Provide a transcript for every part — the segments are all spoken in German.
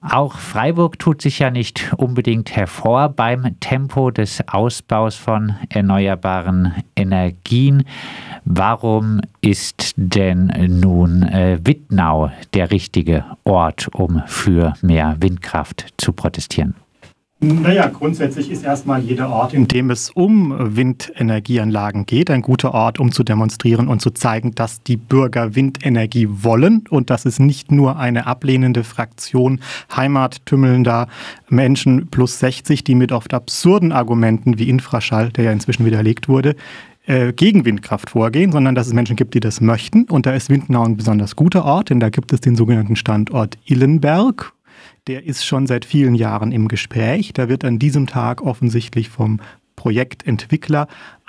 Auch Freiburg tut sich ja nicht unbedingt hervor beim Tempo des Ausbaus von erneuerbaren Energien. Warum ist denn nun Wittnau der richtige Ort, um für mehr Windkraft zu protestieren? Naja, grundsätzlich ist erstmal jeder Ort, in dem es um Windenergieanlagen geht, ein guter Ort, um zu demonstrieren und zu zeigen, dass die Bürger Windenergie wollen und dass es nicht nur eine ablehnende Fraktion heimattümmelnder Menschen plus 60, die mit oft absurden Argumenten wie Infraschall, der ja inzwischen widerlegt wurde, gegen Windkraft vorgehen, sondern dass es Menschen gibt, die das möchten. Und da ist Wittnau ein besonders guter Ort, denn da gibt es den sogenannten Standort Illenberg. Der ist schon seit vielen Jahren im Gespräch. Da wird an diesem Tag offensichtlich vom Projektentwickler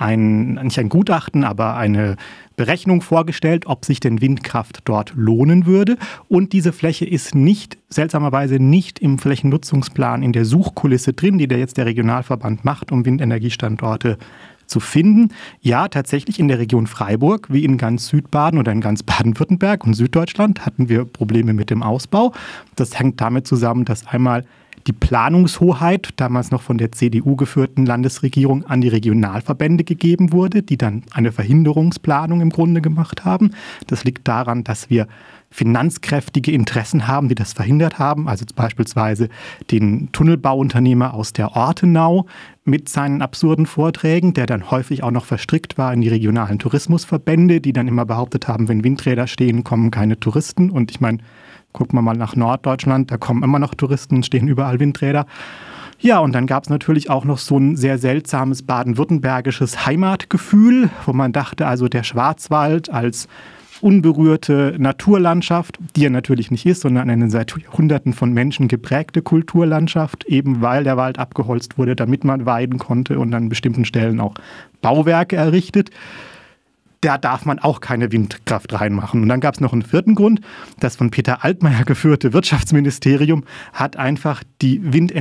nicht ein Gutachten, aber eine Berechnung vorgestellt, ob sich denn Windkraft dort lohnen würde. Und diese Fläche ist seltsamerweise nicht im Flächennutzungsplan in der Suchkulisse drin, die jetzt der Regionalverband macht, um Windenergiestandorte zu finden. Ja, tatsächlich in der Region Freiburg, wie in ganz Südbaden oder in ganz Baden-Württemberg und Süddeutschland, hatten wir Probleme mit dem Ausbau. Das hängt damit zusammen, dass einmal die Planungshoheit, damals noch von der CDU geführten Landesregierung, an die Regionalverbände gegeben wurde, die dann eine Verhinderungsplanung im Grunde gemacht haben. Das liegt daran, dass wir finanzkräftige Interessen haben, die das verhindert haben. Also beispielsweise den Tunnelbauunternehmer aus der Ortenau mit seinen absurden Vorträgen, der dann häufig auch noch verstrickt war in die regionalen Tourismusverbände, die dann immer behauptet haben, wenn Windräder stehen, kommen keine Touristen. Und ich meine, gucken wir mal nach Norddeutschland, da kommen immer noch Touristen, stehen überall Windräder. Ja, und dann gab es natürlich auch noch so ein sehr seltsames baden-württembergisches Heimatgefühl, wo man dachte, also der Schwarzwald als unberührte Naturlandschaft, die er natürlich nicht ist, sondern eine seit Jahrhunderten von Menschen geprägte Kulturlandschaft, eben weil der Wald abgeholzt wurde, damit man weiden konnte und an bestimmten Stellen auch Bauwerke errichtet. Da darf man auch keine Windkraft reinmachen. Und dann gab es noch einen vierten Grund. Das von Peter Altmaier geführte Wirtschaftsministerium hat einfach die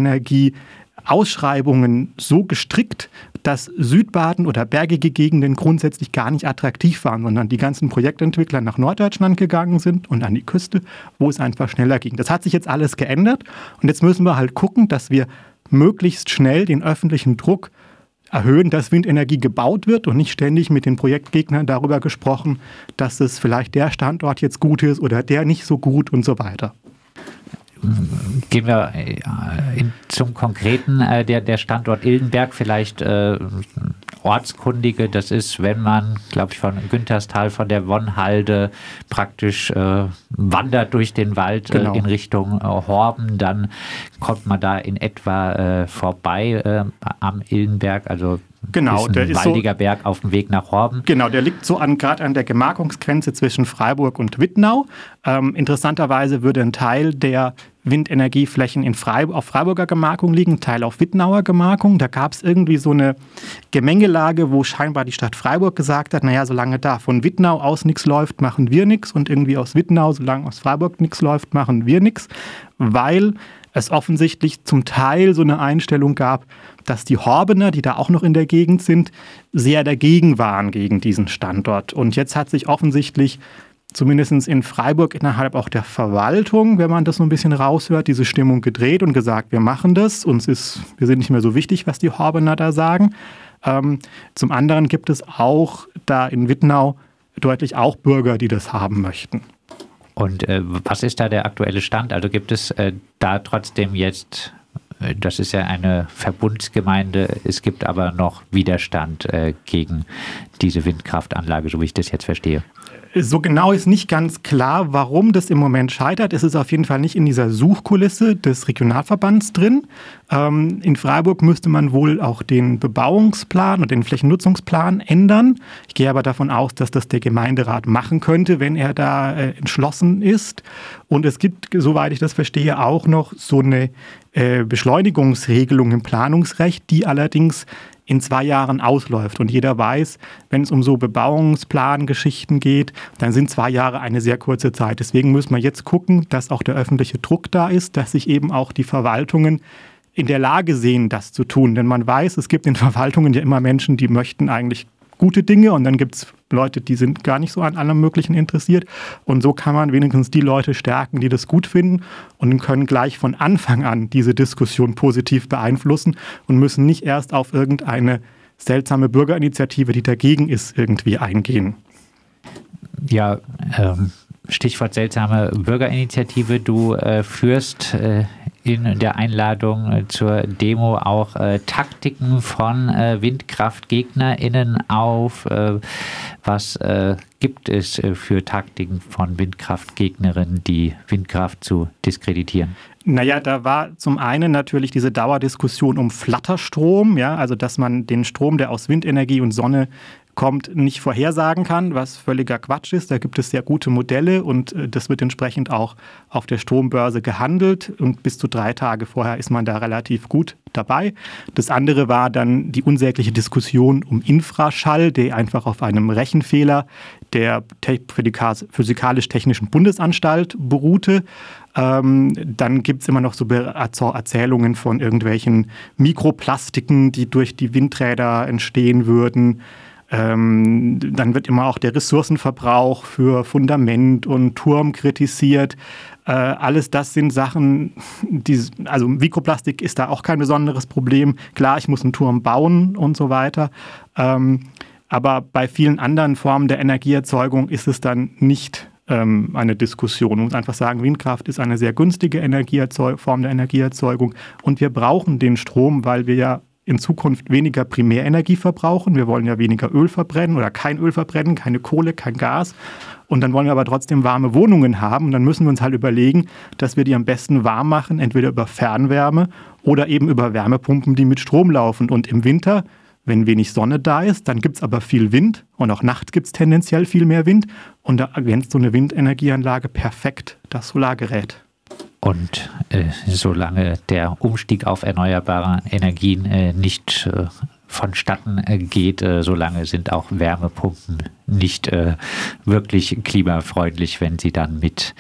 Windenergie-Ausschreibungen so gestrickt, dass Südbaden oder bergige Gegenden grundsätzlich gar nicht attraktiv waren, sondern die ganzen Projektentwickler nach Norddeutschland gegangen sind und an die Küste, wo es einfach schneller ging. Das hat sich jetzt alles geändert und jetzt müssen wir halt gucken, dass wir möglichst schnell den öffentlichen Druck erhöhen, dass Windenergie gebaut wird und nicht ständig mit den Projektgegnern darüber gesprochen, dass es vielleicht der Standort jetzt gut ist oder der nicht so gut und so weiter. Gehen wir zum Konkreten, der Standort Illenberg, vielleicht Ortskundige, das ist, wenn man, glaube ich, von Günterstal, von der Wonnhalde praktisch wandert durch den Wald in Richtung Horben, dann kommt man da in etwa vorbei am Illenberg, also genau, ist ein waldiger Berg auf dem Weg nach Horben. Genau, der liegt so gerade an der Gemarkungsgrenze zwischen Freiburg und Wittnau. Interessanterweise würde ein Teil der Windenergieflächen auf Freiburger Gemarkung liegen, ein Teil auf Wittnauer Gemarkung. Da gab es irgendwie so eine Gemengelage, wo scheinbar die Stadt Freiburg gesagt hat, naja, solange da von Wittnau aus nichts läuft, machen wir nichts. Und irgendwie aus Wittnau, solange aus Freiburg nichts läuft, machen wir nichts. Weil es offensichtlich zum Teil so eine Einstellung gab, dass die Horbener, die da auch noch in der Gegend sind, sehr dagegen waren gegen diesen Standort. Und jetzt hat sich offensichtlich zumindest in Freiburg innerhalb auch der Verwaltung, wenn man das so ein bisschen raushört, diese Stimmung gedreht und gesagt, wir machen das, wir sind nicht mehr so wichtig, was die Horbener da sagen. Zum anderen gibt es auch da in Wittnau deutlich auch Bürger, die das haben möchten. Und was ist da der aktuelle Stand? Also gibt es da trotzdem jetzt, das ist ja eine Verbundsgemeinde, es gibt aber noch Widerstand gegen diese Windkraftanlage, so wie ich das jetzt verstehe. So genau ist nicht ganz klar, warum das im Moment scheitert. Es ist auf jeden Fall nicht in dieser Suchkulisse des Regionalverbands drin. In Freiburg müsste man wohl auch den Bebauungsplan und den Flächennutzungsplan ändern. Ich gehe aber davon aus, dass das der Gemeinderat machen könnte, wenn er da entschlossen ist. Und es gibt, soweit ich das verstehe, auch noch so eine Beschleunigungsregelung im Planungsrecht, die allerdings in 2 Jahren ausläuft. Und jeder weiß, wenn es um so Bebauungsplangeschichten geht, dann sind 2 Jahre eine sehr kurze Zeit. Deswegen müssen wir jetzt gucken, dass auch der öffentliche Druck da ist, dass sich eben auch die Verwaltungen in der Lage sehen, das zu tun. Denn man weiß, es gibt in Verwaltungen ja immer Menschen, die möchten eigentlich gute Dinge und dann gibt es Leute, die sind gar nicht so an allem Möglichen interessiert. Und so kann man wenigstens die Leute stärken, die das gut finden und können gleich von Anfang an diese Diskussion positiv beeinflussen und müssen nicht erst auf irgendeine seltsame Bürgerinitiative, die dagegen ist, irgendwie eingehen. Ja, Stichwort seltsame Bürgerinitiative. Du führst in der Einladung zur Demo auch Taktiken von WindkraftgegnerInnen auf. Was gibt es für Taktiken von Windkraftgegnerinnen, die Windkraft zu diskreditieren? Naja, da war zum einen natürlich diese Dauerdiskussion um Flatterstrom, ja, also dass man den Strom, der aus Windenergie und Sonne kommt, nicht vorhersagen kann, was völliger Quatsch ist. Da gibt es sehr gute Modelle und das wird entsprechend auch auf der Strombörse gehandelt und bis zu 3 Tage vorher ist man da relativ gut dabei. Das andere war dann die unsägliche Diskussion um Infraschall, der einfach auf einem Rechenfehler der Physikalisch-Technischen Bundesanstalt beruhte. Dann gibt es immer noch so Erzählungen von irgendwelchen Mikroplastiken, die durch die Windräder entstehen würden. Dann wird immer auch der Ressourcenverbrauch für Fundament und Turm kritisiert. Alles das sind Sachen, also Mikroplastik ist da auch kein besonderes Problem. Klar, ich muss einen Turm bauen und so weiter. Aber bei vielen anderen Formen der Energieerzeugung ist es dann nicht eine Diskussion. Man muss einfach sagen, Windkraft ist eine sehr günstige Form der Energieerzeugung und wir brauchen den Strom, weil wir ja in Zukunft weniger Primärenergie verbrauchen. Wir wollen ja weniger Öl verbrennen oder kein Öl verbrennen, keine Kohle, kein Gas. Und dann wollen wir aber trotzdem warme Wohnungen haben. Und dann müssen wir uns halt überlegen, dass wir die am besten warm machen, entweder über Fernwärme oder eben über Wärmepumpen, die mit Strom laufen. Und im Winter, wenn wenig Sonne da ist, dann gibt es aber viel Wind. Und auch nachts gibt es tendenziell viel mehr Wind. Und da ergänzt so eine Windenergieanlage perfekt das Solargerät. Und solange der Umstieg auf erneuerbare Energien nicht vonstatten geht, solange sind auch Wärmepumpen nicht wirklich klimafreundlich, wenn sie dann mit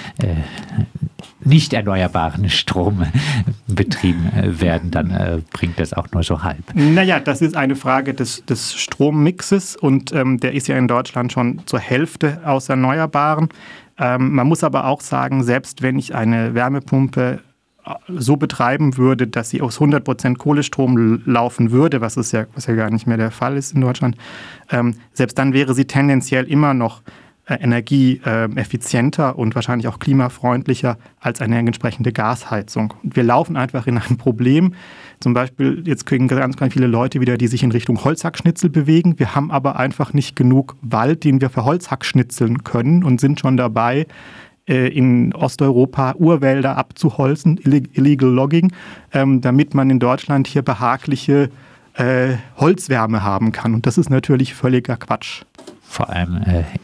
nicht erneuerbaren Strom betrieben werden, dann bringt das auch nur so halb. Naja, das ist eine Frage des Strommixes und der ist ja in Deutschland schon zur Hälfte aus Erneuerbaren. Man muss aber auch sagen, selbst wenn ich eine Wärmepumpe so betreiben würde, dass sie aus 100% Kohlestrom laufen würde, was ja gar nicht mehr der Fall ist in Deutschland, selbst dann wäre sie tendenziell immer noch energieeffizienter und wahrscheinlich auch klimafreundlicher als eine entsprechende Gasheizung. Wir laufen einfach in ein Problem. Zum Beispiel, jetzt kriegen ganz viele Leute wieder, die sich in Richtung Holzhackschnitzel bewegen. Wir haben aber einfach nicht genug Wald, den wir für Holzhack schnitzeln können und sind schon dabei, in Osteuropa Urwälder abzuholzen, Illegal Logging, damit man in Deutschland hier behagliche Holzwärme haben kann. Und das ist natürlich völliger Quatsch. Vor allem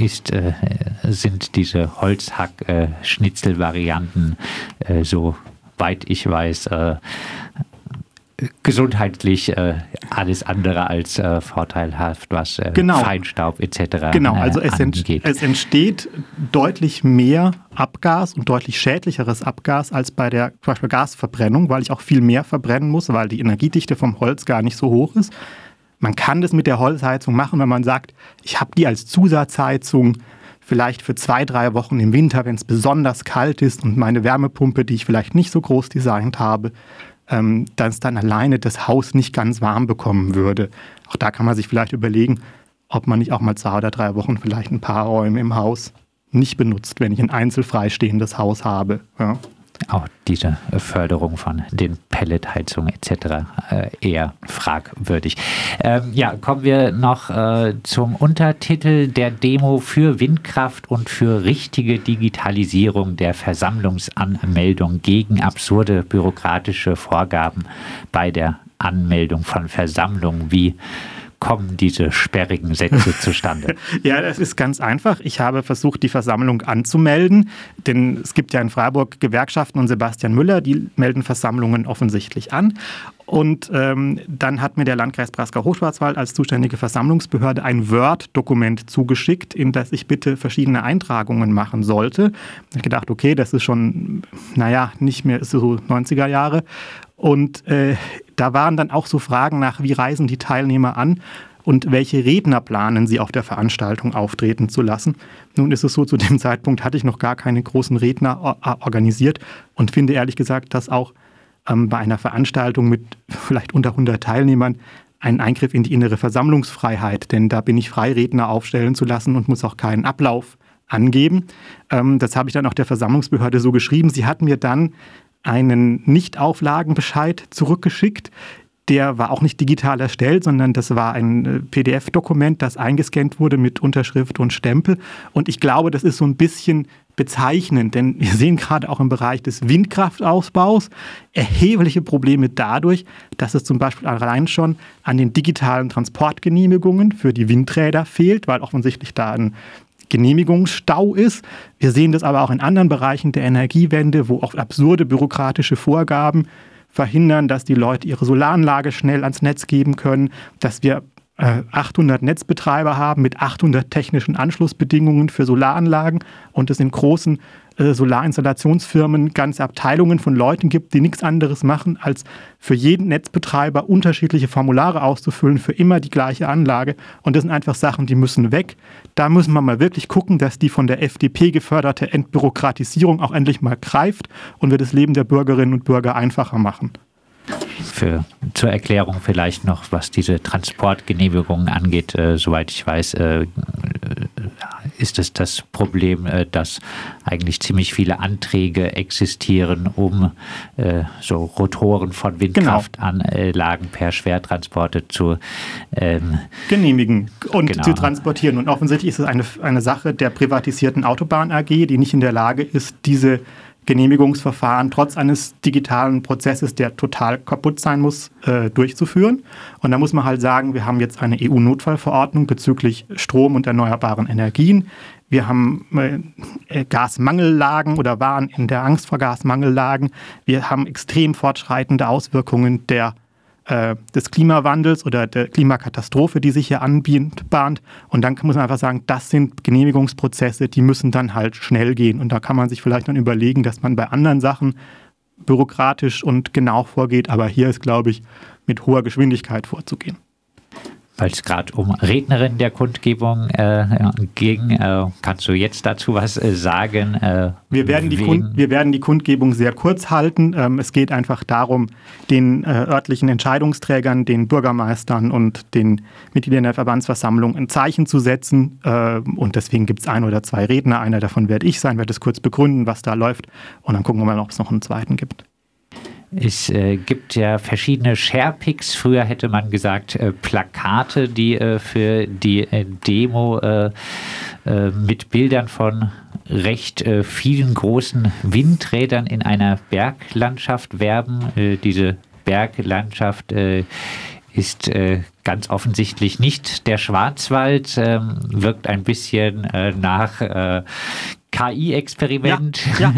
sind diese Holzhack-Schnitzel-Varianten, soweit ich weiß, gesundheitlich alles andere als vorteilhaft, was Feinstaub etc. Genau, also es entsteht deutlich mehr Abgas und deutlich schädlicheres Abgas als bei der zum Beispiel Gasverbrennung, weil ich auch viel mehr verbrennen muss, weil die Energiedichte vom Holz gar nicht so hoch ist. Man kann das mit der Holzheizung machen, wenn man sagt, ich habe die als Zusatzheizung vielleicht für 2-3 Wochen im Winter, wenn es besonders kalt ist und meine Wärmepumpe, die ich vielleicht nicht so groß designt habe, dass dann alleine das Haus nicht ganz warm bekommen würde. Auch da kann man sich vielleicht überlegen, ob man nicht auch mal 2 oder 3 Wochen vielleicht ein paar Räume im Haus nicht benutzt, wenn ich ein einzelfreistehendes Haus habe. Ja. Auch diese Förderung von den Pelletheizungen etc. Eher fragwürdig. Kommen wir noch zum Untertitel der Demo für Windkraft und für richtige Digitalisierung der Versammlungsanmeldung gegen absurde bürokratische Vorgaben bei der Anmeldung von Versammlungen. Wie kommen diese sperrigen Sätze zustande? Ja, das ist ganz einfach. Ich habe versucht, die Versammlung anzumelden, denn es gibt ja in Freiburg Gewerkschaften und Sebastian Müller, die melden Versammlungen offensichtlich an. Und dann hat mir der Landkreis Breisgau-Hochschwarzwald als zuständige Versammlungsbehörde ein Word-Dokument zugeschickt, in das ich bitte verschiedene Eintragungen machen sollte. Ich habe gedacht, okay, das ist schon, nicht mehr, ist so 90er Jahre. Und da waren dann auch so Fragen nach, wie reisen die Teilnehmer an? und welche Redner planen Sie auf der Veranstaltung auftreten zu lassen. Nun ist es so, zu dem Zeitpunkt hatte ich noch gar keine großen Redner organisiert und finde ehrlich gesagt, dass auch bei einer Veranstaltung mit vielleicht unter 100 Teilnehmern ein Eingriff in die innere Versammlungsfreiheit, denn da bin ich frei, Redner aufstellen zu lassen und muss auch keinen Ablauf angeben. Das habe ich dann auch der Versammlungsbehörde so geschrieben. Sie hat mir dann einen Nicht-Auflagenbescheid zurückgeschickt. Der war auch nicht digital erstellt, sondern das war ein PDF-Dokument, das eingescannt wurde mit Unterschrift und Stempel. Und ich glaube, das ist so ein bisschen bezeichnend, denn wir sehen gerade auch im Bereich des Windkraftausbaus erhebliche Probleme dadurch, dass es zum Beispiel allein schon an den digitalen Transportgenehmigungen für die Windräder fehlt, weil offensichtlich da ein Genehmigungsstau ist. Wir sehen das aber auch in anderen Bereichen der Energiewende, wo auch absurde bürokratische Vorgaben verhindern, dass die Leute ihre Solaranlage schnell ans Netz geben können, dass wir 800 Netzbetreiber haben mit 800 technischen Anschlussbedingungen für Solaranlagen und es in großen Solarinstallationsfirmen ganze Abteilungen von Leuten gibt, die nichts anderes machen, als für jeden Netzbetreiber unterschiedliche Formulare auszufüllen, für immer die gleiche Anlage. Und das sind einfach Sachen, die müssen weg. Da müssen wir mal wirklich gucken, dass die von der FDP geförderte Entbürokratisierung auch endlich mal greift und wir das Leben der Bürgerinnen und Bürger einfacher machen. Zur Erklärung vielleicht noch, was diese Transportgenehmigungen angeht. Soweit ich weiß, ist es das Problem, dass eigentlich ziemlich viele Anträge existieren, um so Rotoren von Windkraftanlagen per Schwertransporte zu genehmigen und zu transportieren. Und offensichtlich ist es eine Sache der privatisierten Autobahn AG, die nicht in der Lage ist, diese Genehmigungsverfahren trotz eines digitalen Prozesses, der total kaputt sein muss, durchzuführen. Und da muss man halt sagen, wir haben jetzt eine EU-Notfallverordnung bezüglich Strom und erneuerbaren Energien. Wir haben Gasmangellagen oder waren in der Angst vor Gasmangellagen. Wir haben extrem fortschreitende Auswirkungen des Klimawandels oder der Klimakatastrophe, die sich hier anbahnt. Und dann muss man einfach sagen, das sind Genehmigungsprozesse, die müssen dann halt schnell gehen. Und da kann man sich vielleicht dann überlegen, dass man bei anderen Sachen bürokratisch und genau vorgeht. Aber hier ist, glaube ich, mit hoher Geschwindigkeit vorzugehen. Weil es gerade um Rednerin der Kundgebung ging, kannst du jetzt dazu was sagen? Wir werden die Kundgebung sehr kurz halten. Es geht einfach darum, den örtlichen Entscheidungsträgern, den Bürgermeistern und den Mitgliedern der Verbandsversammlung ein Zeichen zu setzen. Und deswegen gibt es 1 oder 2 Redner. Einer davon werde ich sein, werde es kurz begründen, was da läuft. Und dann gucken wir mal, ob es noch einen zweiten gibt. Es gibt ja verschiedene Sharepics. Früher hätte man gesagt Plakate, die für die Demo mit Bildern von recht vielen großen Windrädern in einer Berglandschaft werben. Diese Berglandschaft ist ganz offensichtlich nicht der Schwarzwald, wirkt ein bisschen nach KI-Experiment. Ja.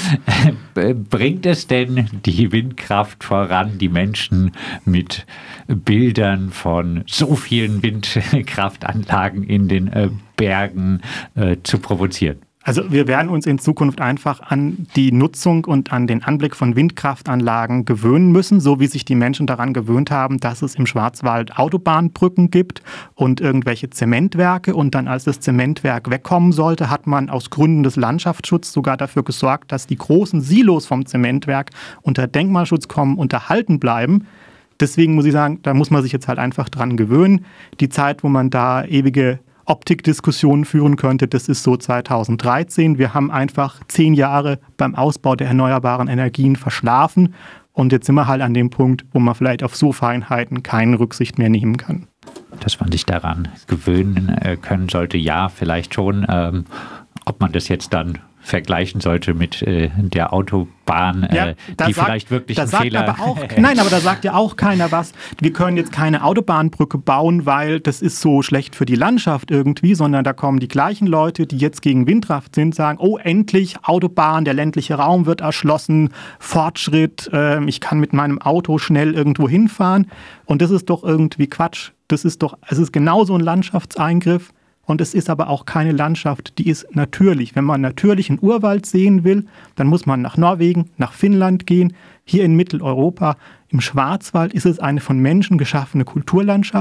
Bringt es denn die Windkraft voran, die Menschen mit Bildern von so vielen Windkraftanlagen in den Bergen zu provozieren? Also wir werden uns in Zukunft einfach an die Nutzung und an den Anblick von Windkraftanlagen gewöhnen müssen, so wie sich die Menschen daran gewöhnt haben, dass es im Schwarzwald Autobahnbrücken gibt und irgendwelche Zementwerke. Und dann, als das Zementwerk wegkommen sollte, hat man aus Gründen des Landschaftsschutzes sogar dafür gesorgt, dass die großen Silos vom Zementwerk unter Denkmalschutz kommen und erhalten bleiben. Deswegen muss ich sagen, da muss man sich jetzt halt einfach dran gewöhnen. Die Zeit, wo man da ewige Optikdiskussionen führen könnte, das ist so 2013. Wir haben einfach 10 Jahre beim Ausbau der erneuerbaren Energien verschlafen und jetzt sind wir halt an dem Punkt, wo man vielleicht auf so Feinheiten keine Rücksicht mehr nehmen kann. Dass man sich daran gewöhnen können sollte, ja, vielleicht schon. Ob man das jetzt dann vergleichen sollte mit der Autobahn, die vielleicht wirklich ein Fehler... Nein, aber da sagt ja auch keiner was. Wir können jetzt keine Autobahnbrücke bauen, weil das ist so schlecht für die Landschaft irgendwie, sondern da kommen die gleichen Leute, die jetzt gegen Windkraft sind, sagen, oh, endlich Autobahn, der ländliche Raum wird erschlossen, Fortschritt, ich kann mit meinem Auto schnell irgendwo hinfahren. Und das ist doch irgendwie Quatsch. Es ist genauso ein Landschaftseingriff. Und es ist aber auch keine Landschaft, die ist natürlich. Wenn man natürlichen Urwald sehen will, dann muss man nach Norwegen, nach Finnland gehen. Hier in Mitteleuropa, im Schwarzwald, ist es eine von Menschen geschaffene Kulturlandschaft,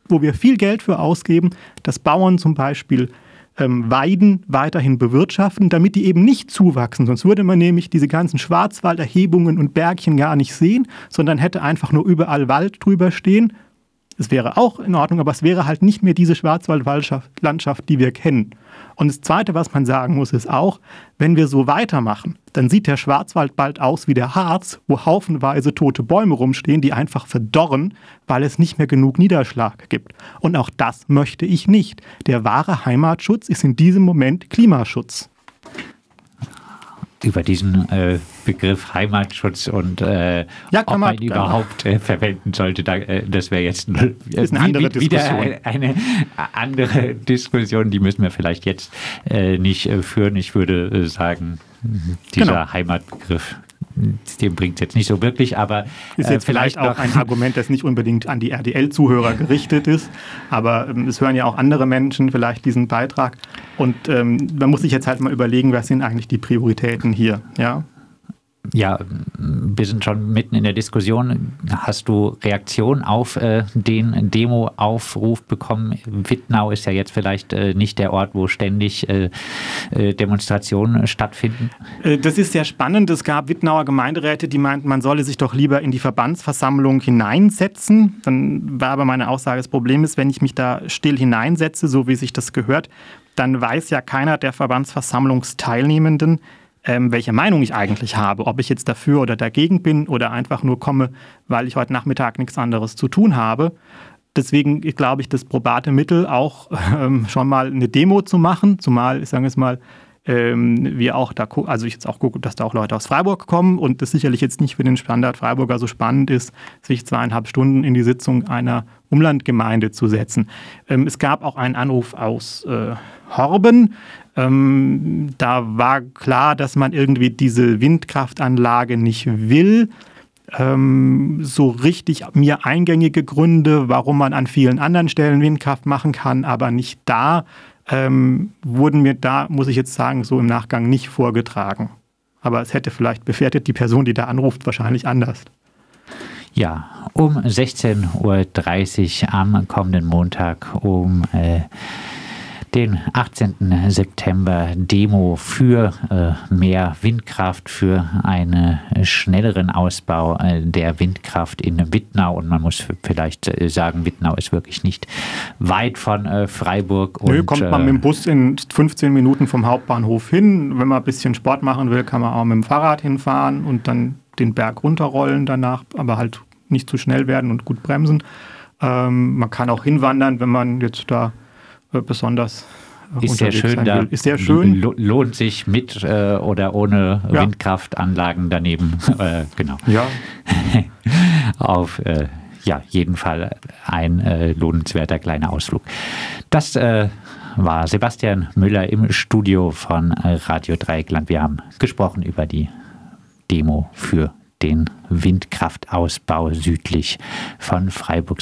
wo wir viel Geld für ausgeben, dass Bauern zum Beispiel Weiden weiterhin bewirtschaften, damit die eben nicht zuwachsen. Sonst würde man nämlich diese ganzen Schwarzwalderhebungen und Bergchen gar nicht sehen, sondern hätte einfach nur überall Wald drüber stehen. Es wäre auch in Ordnung, aber es wäre halt nicht mehr diese Schwarzwaldlandschaft, die wir kennen. Und das Zweite, was man sagen muss, ist auch, wenn wir so weitermachen, dann sieht der Schwarzwald bald aus wie der Harz, wo haufenweise tote Bäume rumstehen, die einfach verdorren, weil es nicht mehr genug Niederschlag gibt. Und auch das möchte ich nicht. Der wahre Heimatschutz ist in diesem Moment Klimaschutz. Über diesen Begriff Heimatschutz und ob man ihn überhaupt verwenden sollte, das wäre jetzt ist eine andere Diskussion. Wieder eine andere Diskussion, die müssen wir vielleicht jetzt nicht führen. Ich würde sagen, dieser Heimatbegriff, dem bringt es jetzt nicht so wirklich, aber ist jetzt vielleicht auch ein Argument, das nicht unbedingt an die RDL-Zuhörer gerichtet ist, aber es hören ja auch andere Menschen vielleicht diesen Beitrag und man muss sich jetzt halt mal überlegen, was sind eigentlich die Prioritäten hier, ja? Ja, wir sind schon mitten in der Diskussion. Hast du Reaktion auf den Demo-Aufruf bekommen? Wittnau ist ja jetzt vielleicht nicht der Ort, wo ständig Demonstrationen stattfinden. Das ist sehr spannend. Es gab Wittnauer Gemeinderäte, die meinten, man solle sich doch lieber in die Verbandsversammlung hineinsetzen. Dann war aber meine Aussage, das Problem ist, wenn ich mich da still hineinsetze, so wie sich das gehört, dann weiß ja keiner der Verbandsversammlungsteilnehmenden, welche Meinung ich eigentlich habe, ob ich jetzt dafür oder dagegen bin oder einfach nur komme, weil ich heute Nachmittag nichts anderes zu tun habe. Deswegen glaube ich, das probate Mittel auch schon mal eine Demo zu machen, zumal, ich sage es mal, wir auch da, also ich jetzt auch gucke, dass da auch Leute aus Freiburg kommen und das sicherlich jetzt nicht für den Standard Freiburger so spannend ist, sich 2,5 Stunden in die Sitzung einer Umlandgemeinde zu setzen. Es gab auch einen Anruf aus Horben. Da war klar, dass man irgendwie diese Windkraftanlage nicht will. So richtig mir eingängige Gründe, warum man an vielen anderen Stellen Windkraft machen kann, aber nicht da, wurden mir da, muss ich jetzt sagen, so im Nachgang nicht vorgetragen. Aber es hätte vielleicht bewertet die Person, die da anruft, wahrscheinlich anders. Ja, um 16:30 Uhr am kommenden Montag um den 18. September Demo für mehr Windkraft, für einen schnelleren Ausbau der Windkraft in Wittnau. Und man muss vielleicht sagen, Wittnau ist wirklich nicht weit von Freiburg. Nö, kommt man mit dem Bus in 15 Minuten vom Hauptbahnhof hin. Wenn man ein bisschen Sport machen will, kann man auch mit dem Fahrrad hinfahren und dann den Berg runterrollen danach, aber halt nicht zu schnell werden und gut bremsen. Man kann auch hinwandern, wenn man jetzt da besonders ist sehr schön, da ist sehr schön. Lohnt sich mit oder ohne Windkraftanlagen daneben. Genau. Ja. Auf jeden Fall ein lohnenswerter kleiner Ausflug. Das war Sebastian Müller im Studio von Radio Dreieckland. Wir haben gesprochen über die Demo für den Windkraftausbau südlich von Freiburg.